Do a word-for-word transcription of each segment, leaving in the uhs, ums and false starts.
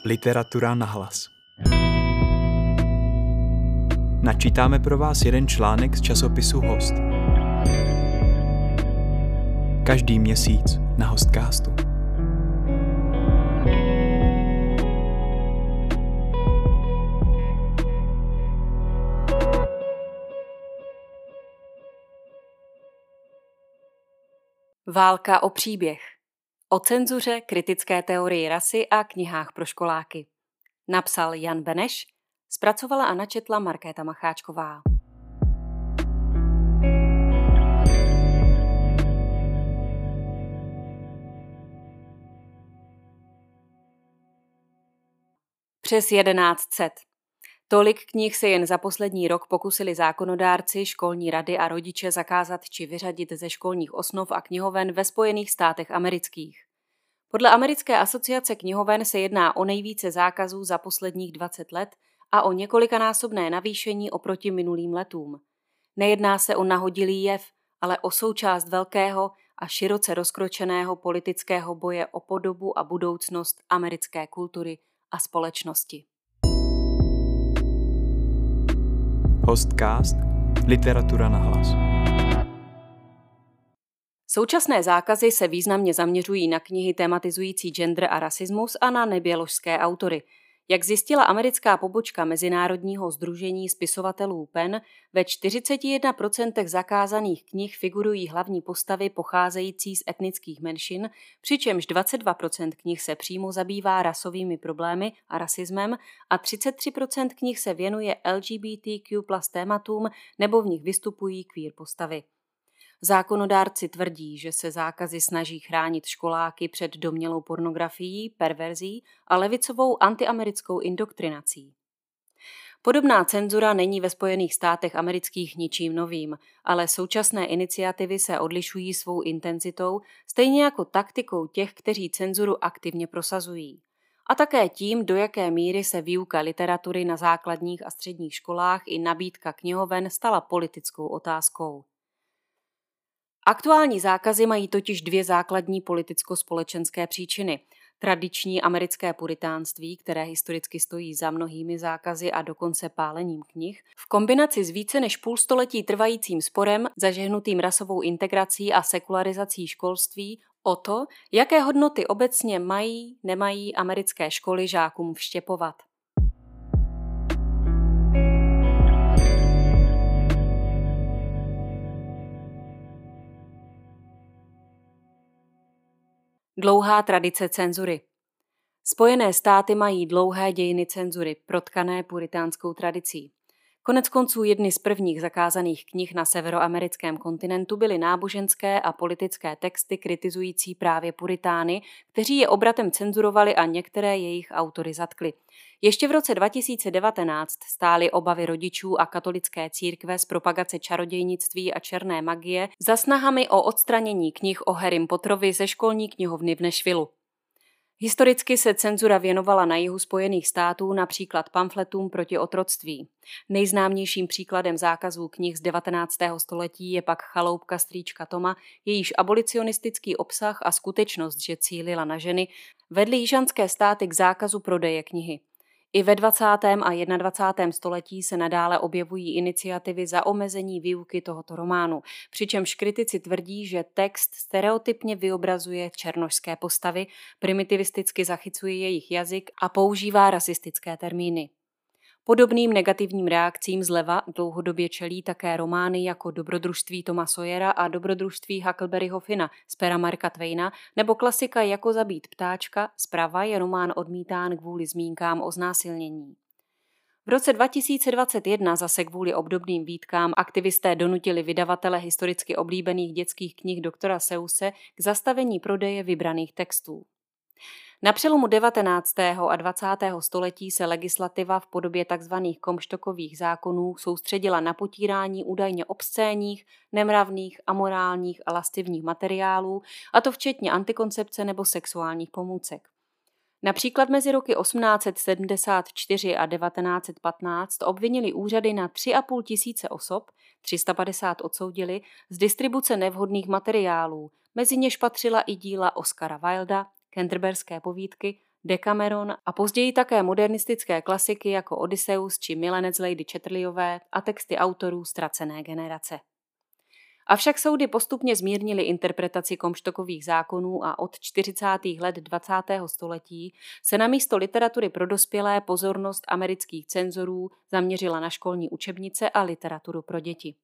Literatura na hlas. Načítáme pro vás jeden článek z časopisu Host. Každý měsíc na Hostcastu. Válka o příběh. O cenzuře, kritické teorii rasy a knihách pro školáky. Napsal Jan Beneš, zpracovala a načetla Markéta Macháčková. Přes jedenáct set. Tolik knih se jen za poslední rok pokusili zákonodárci, školní rady a rodiče zakázat či vyřadit ze školních osnov a knihoven ve Spojených státech amerických. Podle Americké asociace knihoven se jedná o nejvíce zákazů za posledních dvacet let a o několikanásobné navýšení oproti minulým letům. Nejedná se o nahodilý jev, ale o součást velkého a široce rozkročeného politického boje o podobu a budoucnost americké kultury a společnosti. Hostcast. Literatura na hlas. Současné zákazy se významně zaměřují na knihy tematizující gender a rasismus a na neběložské autory. Jak zjistila americká pobočka Mezinárodního sdružení spisovatelů PEN, ve čtyřicet jedna procent zakázaných knih figurují hlavní postavy pocházející z etnických menšin, přičemž dvacet dva procent knih se přímo zabývá rasovými problémy a rasismem a třicet tři procent knih se věnuje L G B T Q plus tématům nebo v nich vystupují queer postavy. Zákonodárci tvrdí, že se zákazy snaží chránit školáky před domnělou pornografií, perverzí a levicovou antiamerickou indoktrinací. Podobná cenzura není ve Spojených státech amerických ničím novým, ale současné iniciativy se odlišují svou intenzitou, stejně jako taktikou těch, kteří cenzuru aktivně prosazují. A také tím, do jaké míry se výuka literatury na základních a středních školách i nabídka knihoven stala politickou otázkou. Aktuální zákazy mají totiž dvě základní politicko-společenské příčiny. Tradiční americké puritánství, které historicky stojí za mnohými zákazy a dokonce pálením knih, v kombinaci s více než půl století trvajícím sporem, zažehnutým rasovou integrací a sekularizací školství, o to, jaké hodnoty obecně mají, nemají americké školy žákům vštěpovat. Dlouhá tradice cenzury. Spojené státy mají dlouhé dějiny cenzury, protkané puritánskou tradicí. Koneckonců jedny z prvních zakázaných knih na severoamerickém kontinentu byly náboženské a politické texty kritizující právě puritány, kteří je obratem cenzurovali a některé jejich autory zatkli. Ještě v roce dva tisíce devatenáct stály obavy rodičů a katolické církve z propagace čarodějnictví a černé magie za snahami o odstranění knih o Harrym Potterovi ze školní knihovny v Nashvillu. Historicky se cenzura věnovala na jihu Spojených států například pamfletům proti otroctví. Nejznámějším příkladem zákazů knih z devatenáctého století je pak Chaloupka strýčka Toma, jejíž abolicionistický obsah a skutečnost, že cílila na ženy, vedly jižanské státy k zákazu prodeje knihy. I ve dvacátém a dvacátém prvním století se nadále objevují iniciativy za omezení výuky tohoto románu, přičemž kritici tvrdí, že text stereotypně vyobrazuje černošské postavy, primitivisticky zachycuje jejich jazyk a používá rasistické termíny. Podobným negativním reakcím zleva dlouhodobě čelí také romány jako Dobrodružství Toma Sawyera a Dobrodružství Huckleberryho Finna z pera Marka Twaina nebo klasika Jako zabít ptáčka, zprava je román odmítán kvůli zmínkám o znásilnění. V roce dva tisíce dvacet jedna zase kvůli obdobným výtkám aktivisté donutili vydavatele historicky oblíbených dětských knih doktora Seusse k zastavení prodeje vybraných textů. Na přelomu devatenáctého a dvacátého století se legislativa v podobě tzv. Comstockových zákonů soustředila na potírání údajně obscénních, nemravných, amorálních a lascivních materiálů, a to včetně antikoncepce nebo sexuálních pomůcek. Například mezi roky osmnáct set sedmdesát čtyři a devatenáct set patnáct obvinili úřady na tři a půl tisíce osob, tři sta padesát odsoudili, z distribuce nevhodných materiálů, mezi něž patřila i díla Oscara Wilda, Canterberské povídky Decameron a později také modernistické klasiky jako Odysseus či Milenec Lady Chatterleyové a texty autorů Ztracené generace. Avšak soudy postupně zmírnily interpretaci Comstockových zákonů a od čtyřicátých let dvacátého století se namísto literatury pro dospělé pozornost amerických cenzorů zaměřila na školní učebnice a literaturu pro děti.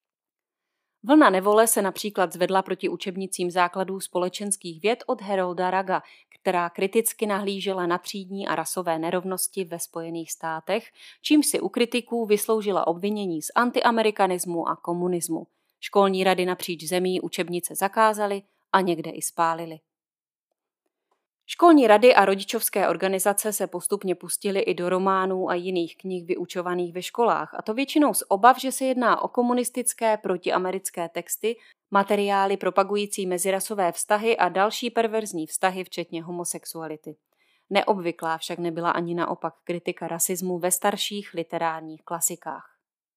Vlna nevole se například zvedla proti učebnicím základů společenských věd od Harolda Rugga, která kriticky nahlížela na třídní a rasové nerovnosti ve Spojených státech, čímž si u kritiků vysloužila obvinění z antiamerikanismu a komunismu. Školní rady napříč zemí učebnice zakázaly a někde i spálily. Školní rady a rodičovské organizace se postupně pustily i do románů a jiných knih vyučovaných ve školách, a to většinou z obav, že se jedná o komunistické protiamerické texty, materiály propagující mezirasové vztahy a další perverzní vztahy, včetně homosexuality. Neobvyklá však nebyla ani naopak kritika rasismu ve starších literárních klasikách.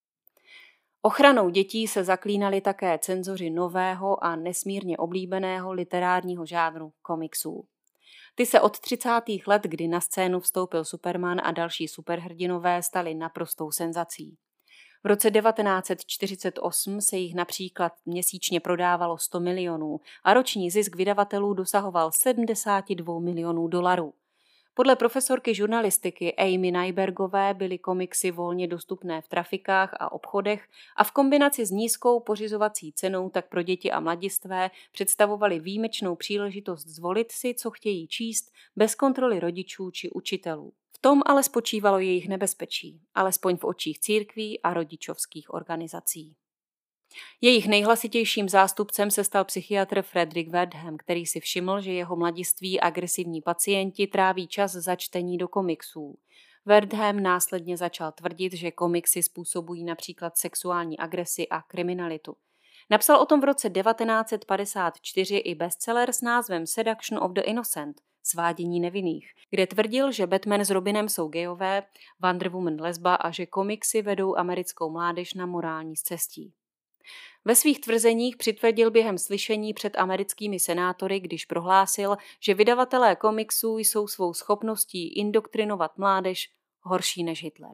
Ochranou dětí se zaklínali také cenzoři nového a nesmírně oblíbeného literárního žánru komiksů. Ty se od třicátých let, kdy na scénu vstoupil Superman a další superhrdinové, staly naprostou senzací. V roce devatenáct set čtyřicet osm se jich například měsíčně prodávalo sto milionů a roční zisk vydavatelů dosahoval sedmdesát dva milionů dolarů. Podle profesorky žurnalistiky Amy Nybergové byly komiksy volně dostupné v trafikách a obchodech a v kombinaci s nízkou pořizovací cenou tak pro děti a mladistvé představovaly výjimečnou příležitost zvolit si, co chtějí číst, bez kontroly rodičů či učitelů. V tom ale spočívalo jejich nebezpečí, alespoň v očích církví a rodičovských organizací. Jejich nejhlasitějším zástupcem se stal psychiatr Frederick Wertham, který si všiml, že jeho mladiství agresivní pacienti tráví čas za čtení do komiksů. Wertham následně začal tvrdit, že komiksy způsobují například sexuální agresi a kriminalitu. Napsal o tom v roce devatenáct set padesát čtyři i bestseller s názvem Seduction of the Innocent, Svádění nevinných, kde tvrdil, že Batman s Robinem jsou gejové, Wonder Woman lesba a že komiksy vedou americkou mládež na morální scestí. Ve svých tvrzeních přitvrdil během slyšení před americkými senátory, když prohlásil, že vydavatelé komiksů jsou svou schopností indoktrinovat mládež horší než Hitler.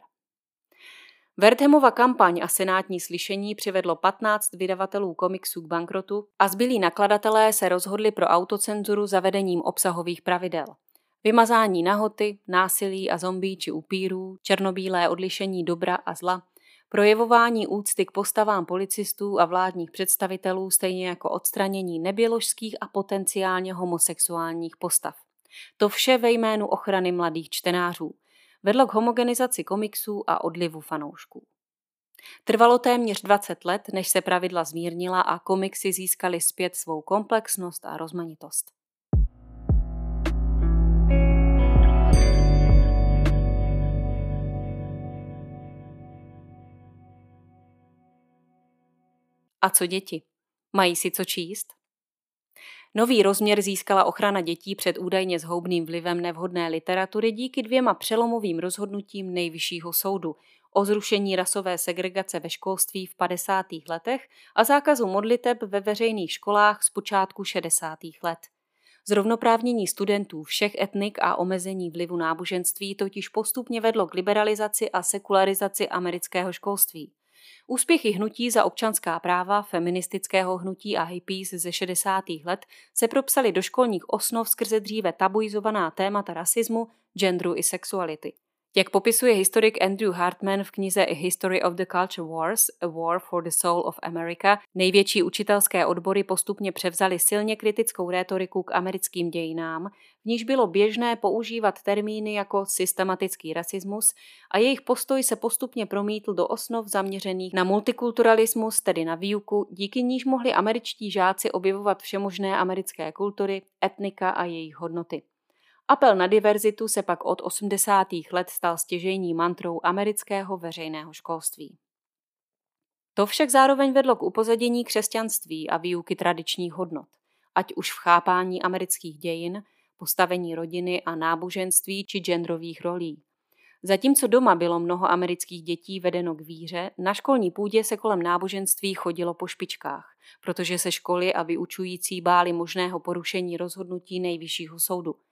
Werthamova kampaň a senátní slyšení přivedlo patnáct vydavatelů komiksů k bankrotu a zbylí nakladatelé se rozhodli pro autocenzuru zavedením obsahových pravidel. Vymazání nahoty, násilí a zombí či upírů, černobílé odlišení dobra a zla, projevování úcty k postavám policistů a vládních představitelů, stejně jako odstranění nebioložských a potenciálně homosexuálních postav. To vše ve jménu ochrany mladých čtenářů. Vedlo k homogenizaci komiksů a odlivu fanoušků. Trvalo téměř dvacet let, než se pravidla zmírnila a komiksy získaly zpět svou komplexnost a rozmanitost. A co děti? Mají si co číst? Nový rozměr získala ochrana dětí před údajně zhoubným vlivem nevhodné literatury díky dvěma přelomovým rozhodnutím Nejvyššího soudu o zrušení rasové segregace ve školství v padesátých letech a zákazu modliteb ve veřejných školách z počátku šedesátých let. Zrovnoprávnění studentů všech etnik a omezení vlivu náboženství totiž postupně vedlo k liberalizaci a sekularizaci amerického školství. Úspěchy hnutí za občanská práva, feministického hnutí a hippies ze šedesátých let se propsaly do školních osnov skrze dříve tabuizovaná témata rasismu, genderu i sexuality. Jak popisuje historik Andrew Hartman v knize A History of the Culture Wars, A War for the Soul of America, největší učitelské odbory postupně převzaly silně kritickou rétoriku k americkým dějinám, v níž bylo běžné používat termíny jako systematický rasismus a jejich postoj se postupně promítl do osnov zaměřených na multikulturalismus, tedy na výuku, díky níž mohli američtí žáci objevovat všemožné americké kultury, etnika a jejich hodnoty. Apel na diverzitu se pak od osmdesátých let stal stěžejní mantrou amerického veřejného školství. To však zároveň vedlo k upozadění křesťanství a výuky tradičních hodnot, ať už v chápání amerických dějin, postavení rodiny a náboženství či genderových rolí. Zatímco doma bylo mnoho amerických dětí vedeno k víře, na školní půdě se kolem náboženství chodilo po špičkách, protože se školy a vyučující báli možného porušení rozhodnutí Nejvyššího soudu.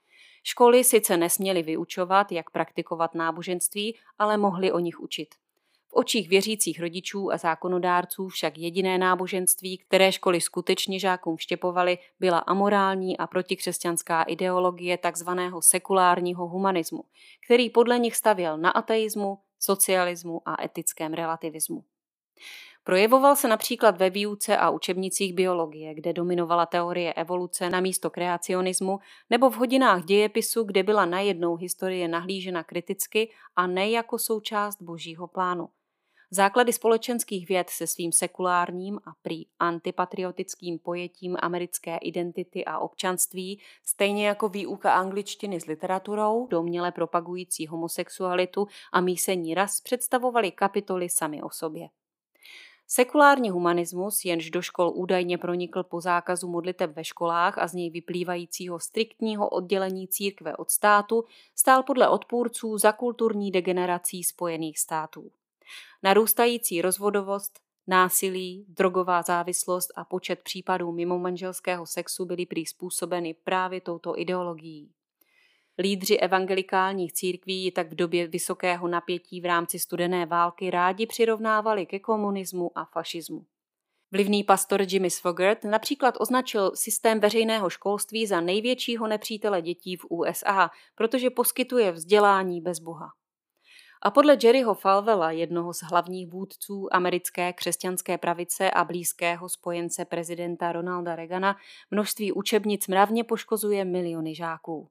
Školy sice nesměly vyučovat, jak praktikovat náboženství, ale mohly o nich učit. V očích věřících rodičů a zákonodárců však jediné náboženství, které školy skutečně žákům vštěpovaly, byla amorální a protikřesťanská ideologie tzv. Sekulárního humanismu, který podle nich stavěl na ateismu, socialismu a etickém relativismu. Projevoval se například ve výuce a učebnicích biologie, kde dominovala teorie evoluce namísto kreacionismu, nebo v hodinách dějepisu, kde byla najednou historie nahlížena kriticky a ne jako součást božího plánu. Základy společenských věd se svým sekulárním a prý antipatriotickým pojetím americké identity a občanství, stejně jako výuka angličtiny s literaturou, domněle propagující homosexualitu a mísení ras, představovaly kapitoly sami o sobě. Sekulární humanismus, jenž do škol údajně pronikl po zákazu modliteb ve školách a z něj vyplývajícího striktního oddělení církve od státu, stál podle odpůrců za kulturní degenerací Spojených států. Narůstající rozvodovost, násilí, drogová závislost a počet případů mimomanželského sexu byly prý způsobeny právě touto ideologií. Lídři evangelikálních církví ji tak v době vysokého napětí v rámci studené války rádi přirovnávali ke komunismu a fašismu. Vlivný pastor Jimmy Swaggart například označil systém veřejného školství za největšího nepřítele dětí v U S A, protože poskytuje vzdělání bez Boha. A podle Jerryho Falwella, jednoho z hlavních vůdců americké křesťanské pravice a blízkého spojence prezidenta Ronalda Reagana, množství učebnic mravně poškozuje miliony žáků.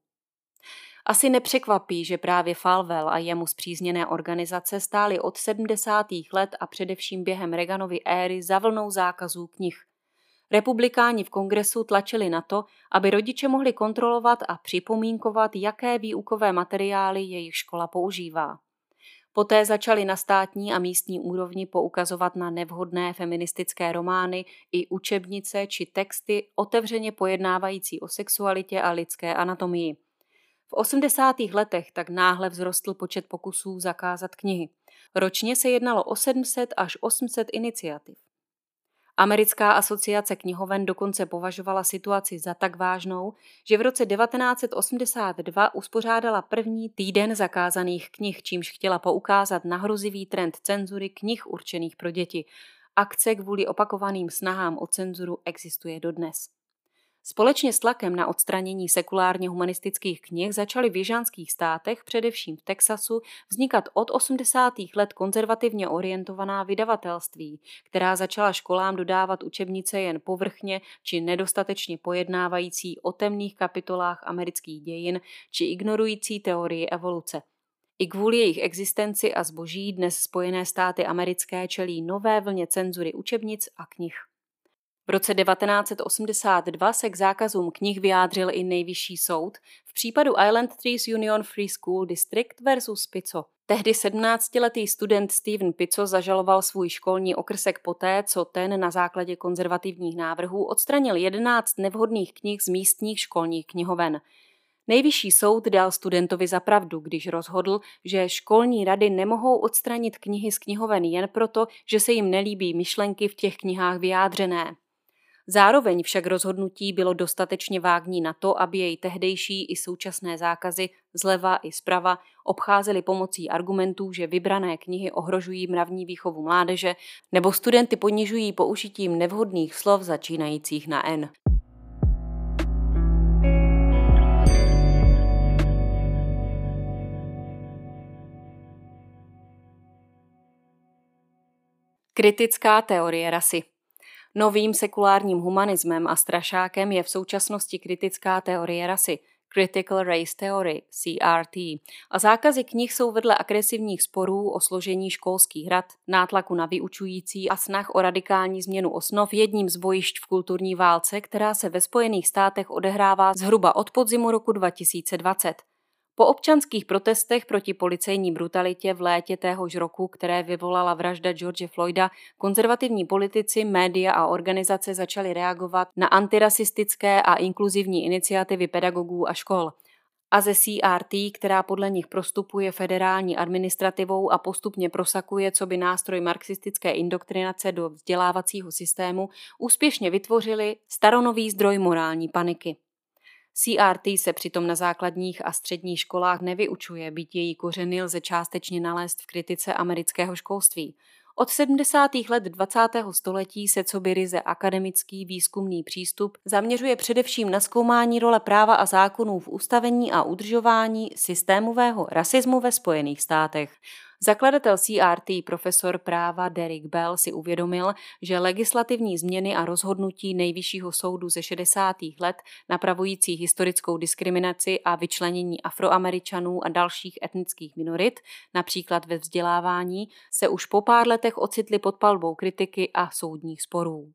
Asi nepřekvapí, že právě Falwell a jemu spřízněné organizace stály od sedmdesátých let a především během Reaganovy éry za vlnou zákazů knih. Republikáni v kongresu tlačili na to, aby rodiče mohli kontrolovat a připomínkovat, jaké výukové materiály jejich škola používá. Poté začali na státní a místní úrovni poukazovat na nevhodné feministické romány i učebnice či texty otevřeně pojednávající o sexualitě a lidské anatomii. V osmdesátých letech tak náhle vzrostl počet pokusů zakázat knihy. Ročně se jednalo o sedm set až osm set iniciativ. Americká asociace knihoven dokonce považovala situaci za tak vážnou, že v roce devatenáct set osmdesát dva uspořádala první týden zakázaných knih, čímž chtěla poukázat na hrozivý trend cenzury knih určených pro děti. Akce kvůli opakovaným snahám o cenzuru existuje dodnes. Společně s tlakem na odstranění sekulárně humanistických knih začaly v jižanských státech, především v Texasu, vznikat od osmdesátých let konzervativně orientovaná vydavatelství, která začala školám dodávat učebnice jen povrchně či nedostatečně pojednávající o temných kapitolách amerických dějin či ignorující teorii evoluce. I kvůli jejich existenci a zboží dnes Spojené státy americké čelí nové vlně cenzury učebnic a knih. V roce devatenáct set osmdesát dva se k zákazům knih vyjádřil i nejvyšší soud v případu Island Trees Union Free School District versus Pizzo. Tehdy sedmnáctiletý student Steven Pizzo zažaloval svůj školní okrsek poté, co ten na základě konzervativních návrhů odstranil jedenáct nevhodných knih z místních školních knihoven. Nejvyšší soud dal studentovi za pravdu, když rozhodl, že školní rady nemohou odstranit knihy z knihoven jen proto, že se jim nelíbí myšlenky v těch knihách vyjádřené. Zároveň však rozhodnutí bylo dostatečně vágní na to, aby jej tehdejší i současné zákazy zleva i zprava obcházely pomocí argumentů, že vybrané knihy ohrožují mravní výchovu mládeže nebo studenty ponižují použitím nevhodných slov začínajících na N. Kritická teorie rasy. Novým sekulárním humanismem a strašákem je v současnosti kritická teorie rasy, Critical Race Theory, C R T, a zákazy knih jsou vedle agresivních sporů o složení školských rad, nátlaku na vyučující a snah o radikální změnu osnov jedním z bojišť v kulturní válce, která se ve Spojených státech odehrává zhruba od podzimu roku dva tisíce dvacet. Po občanských protestech proti policejní brutalitě v létě téhož roku, které vyvolala vražda George Floyda, konzervativní politici, média a organizace začaly reagovat na antirasistické a inkluzivní iniciativy pedagogů a škol. A ze C R T, která podle nich prostupuje federální administrativou a postupně prosakuje coby nástroj marxistické indoktrinace do vzdělávacího systému, úspěšně vytvořili staronový zdroj morální paniky. C R T se přitom na základních a středních školách nevyučuje, byť její kořeny lze částečně nalézt v kritice amerického školství. Od sedmdesátých let dvacátého století se coby ryze akademický výzkumný přístup zaměřuje především na zkoumání role práva a zákonů v ustavení a udržování systémového rasismu ve Spojených státech. Zakladatel C R T, profesor práva Derek Bell, si uvědomil, že legislativní změny a rozhodnutí Nejvyššího soudu ze šedesátých let napravující historickou diskriminaci a vyčlenění Afroameričanů a dalších etnických minorit, například ve vzdělávání, se už po pár letech ocitly pod palbou kritiky a soudních sporů.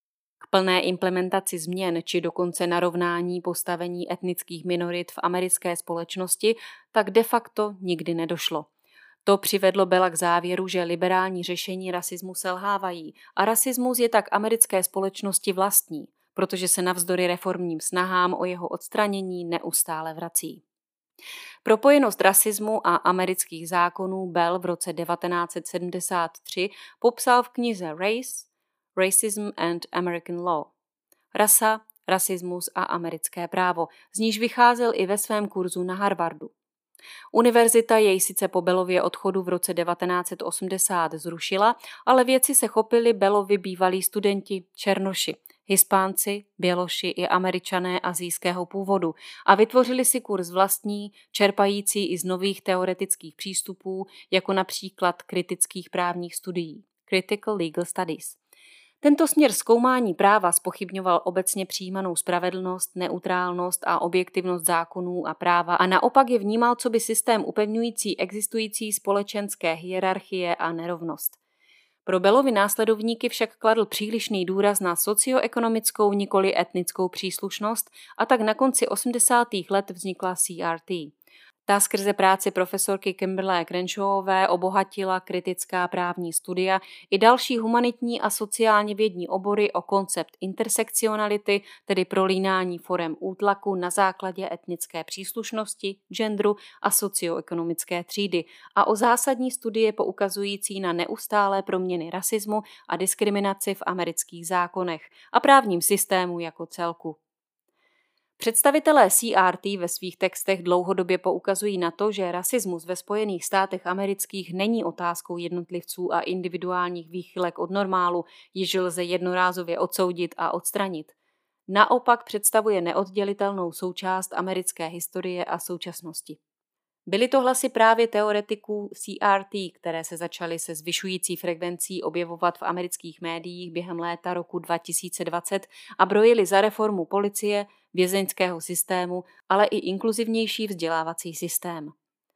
K plné implementaci změn či dokonce narovnání postavení etnických minorit v americké společnosti tak de facto nikdy nedošlo. To přivedlo Bella k závěru, že liberální řešení rasismu selhávají a rasismus je tak americké společnosti vlastní, protože se navzdory reformním snahám o jeho odstranění neustále vrací. Propojenost rasismu a amerických zákonů Bell v roce devatenáct set sedmdesát tři popsal v knize Race, Racism and American Law. Rasa, rasismus a americké právo, z níž vycházel i ve svém kurzu na Harvardu. Univerzita jej sice po Bellově odchodu v roce devatenáct set osmdesát zrušila, ale věci se chopili Bellovi bývalí studenti, černoši, Hispánci, Běloši i Američané asijského původu a vytvořili si kurz vlastní, čerpající i z nových teoretických přístupů, jako například kritických právních studií, Critical Legal Studies. Tento směr zkoumání práva zpochybňoval obecně přijímanou spravedlnost, neutrálnost a objektivnost zákonů a práva a naopak je vnímal coby systém upevňující existující společenské hierarchie a nerovnost. Pro Bellovy následovníky však kladl přílišný důraz na socioekonomickou, nikoli etnickou příslušnost a tak na konci osmdesátých let vznikla C R T. Ta skrze práci profesorky Kimberly Crenshawové obohatila kritická právní studia i další humanitní a sociálně vědní obory o koncept intersekcionality, tedy prolínání forem útlaku na základě etnické příslušnosti, genderu a socioekonomické třídy a o zásadní studie poukazující na neustálé proměny rasismu a diskriminaci v amerických zákonech a právním systému jako celku. Představitelé C R T ve svých textech dlouhodobě poukazují na to, že rasismus ve Spojených státech amerických není otázkou jednotlivců a individuálních výchylek od normálu, již lze jednorázově odsoudit a odstranit. Naopak představuje neoddělitelnou součást americké historie a současnosti. Byly to hlasy právě teoretiků C R T, které se začaly se zvyšující frekvencí objevovat v amerických médiích během léta roku dva tisíce dvacet a brojily za reformu policie, vězeňského systému, ale i inkluzivnější vzdělávací systém.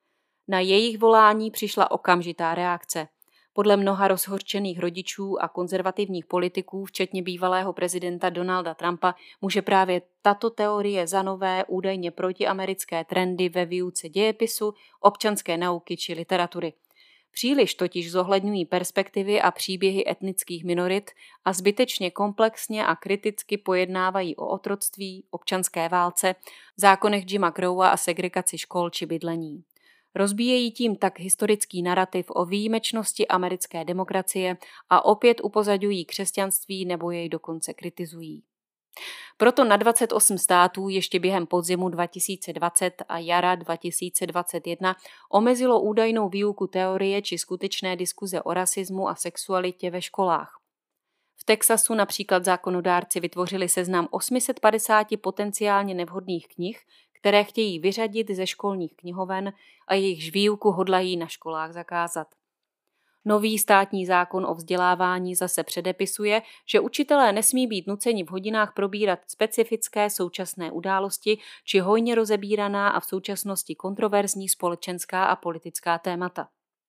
Na jejich volání přišla okamžitá reakce. Podle mnoha rozhořčených rodičů a konzervativních politiků, včetně bývalého prezidenta Donalda Trumpa, může právě tato teorie za nové, údajně protiamerické trendy ve výuce dějepisu, občanské nauky či literatury. Příliš totiž zohledňují perspektivy a příběhy etnických minorit a zbytečně komplexně a kriticky pojednávají o otroctví, občanské válce, zákonech Jima Crowa a segregaci škol či bydlení. Rozbíjejí tím tak historický narativ o výjimečnosti americké demokracie a opět upozaďují křesťanství nebo jej dokonce kritizují. Proto na dvacet osm států ještě během podzimu dva tisíce dvacet a jara dva tisíce dvacet jedna omezilo údajnou výuku teorie či skutečné diskuze o rasismu a sexualitě ve školách. V Texasu například zákonodárci vytvořili seznam osm set padesát potenciálně nevhodných knih, které chtějí vyřadit ze školních knihoven a jejichž výuku hodlají na školách zakázat. Nový státní zákon o vzdělávání zase předepisuje, že učitelé nesmí být nuceni v hodinách probírat specifické současné události či hojně rozebíraná a v současnosti kontroverzní společenská a politická témata.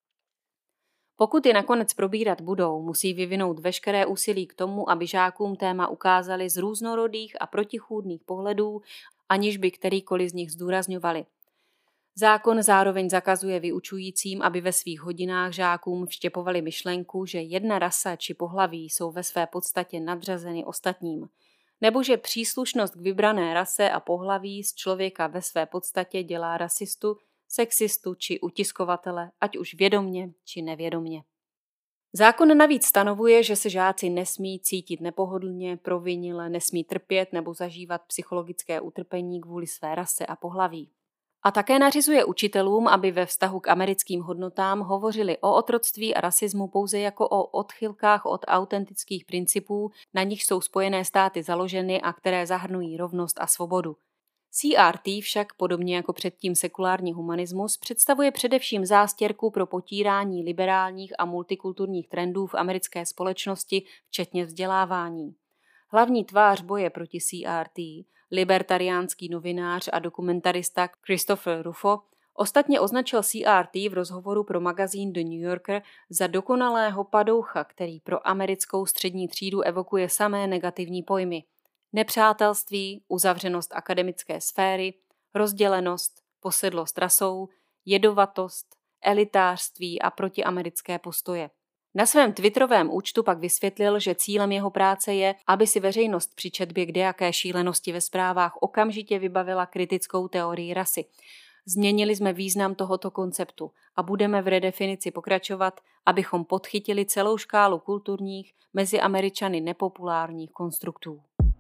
Pokud je nakonec probírat budou, musí vyvinout veškeré úsilí k tomu, aby žákům téma ukázali z různorodých a protichůdných pohledů, aniž by kterýkoliv z nich zdůrazňovali. Zákon zároveň zakazuje vyučujícím, aby ve svých hodinách žákům vštěpovali myšlenku, že jedna rasa či pohlaví jsou ve své podstatě nadřazeny ostatním, nebo že příslušnost k vybrané rase a pohlaví z člověka ve své podstatě dělá rasistu, sexistu či utiskovatele, ať už vědomně či nevědomně. Zákon navíc stanovuje, že se žáci nesmí cítit nepohodlně, provinile, nesmí trpět nebo zažívat psychologické utrpení kvůli své rase a pohlaví. A také nařizuje učitelům, aby ve vztahu k americkým hodnotám hovořili o otroctví a rasismu pouze jako o odchylkách od autentických principů, na nich jsou Spojené státy založeny a které zahrnují rovnost a svobodu. C R T však, podobně jako předtím sekulární humanismus, představuje především zástěrku pro potírání liberálních a multikulturních trendů v americké společnosti, včetně vzdělávání. Hlavní tvář boje proti C R T, libertariánský novinář a dokumentarista Christopher Rufo, ostatně označil C R T v rozhovoru pro magazín The New Yorker za dokonalého padoucha, který pro americkou střední třídu evokuje samé negativní pojmy. Nepřátelství, uzavřenost akademické sféry, rozdělenost, posedlost rasou, jedovatost, elitářství a protiamerické postoje. Na svém twitterovém účtu pak vysvětlil, že cílem jeho práce je, aby si veřejnost při četbě kdejaké šílenosti ve zprávách okamžitě vybavila kritickou teorii rasy. Změnili jsme význam tohoto konceptu a budeme v redefinici pokračovat, abychom podchytili celou škálu kulturních, mezi Američany nepopulárních konstruktů.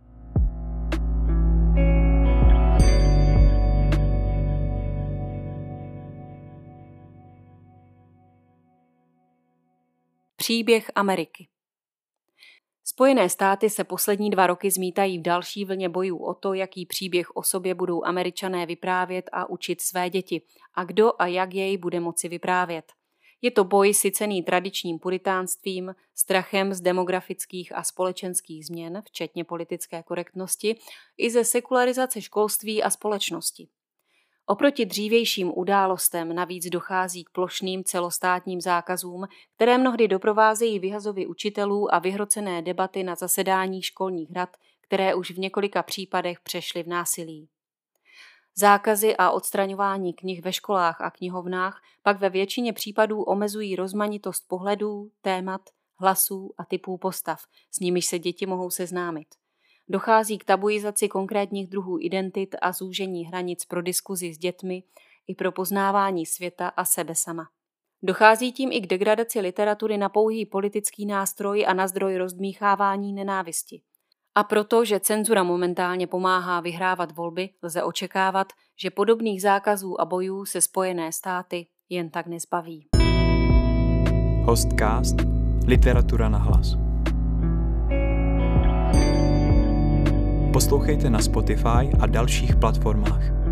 Příběh Ameriky. Spojené státy se poslední dva roky zmítají v další vlně bojů o to, jaký příběh o sobě budou Američané vyprávět a učit své děti a kdo a jak jej bude moci vyprávět. Je to boj sycený tradičním puritánstvím, strachem z demografických a společenských změn, včetně politické korektnosti, i ze sekularizace školství a společnosti. Oproti dřívějším událostem navíc dochází k plošným celostátním zákazům, které mnohdy doprovázejí vyhazovy učitelů a vyhrocené debaty na zasedáních školních rad, které už v několika případech přešly v násilí. Zákazy a odstraňování knih ve školách a knihovnách pak ve většině případů omezují rozmanitost pohledů, témat, hlasů a typů postav, s nimiž se děti mohou seznámit. Dochází k tabuizaci konkrétních druhů identit a zúžení hranic pro diskuzi s dětmi i pro poznávání světa a sebe sama. Dochází tím i k degradaci literatury na pouhý politický nástroj a na zdroj rozdmíchávání nenávisti. A protože cenzura momentálně pomáhá vyhrávat volby, lze očekávat, že podobných zákazů a bojů se Spojené státy jen tak nezbaví. Hostcast Literatura na hlas. Poslouchejte na Spotify a dalších platformách.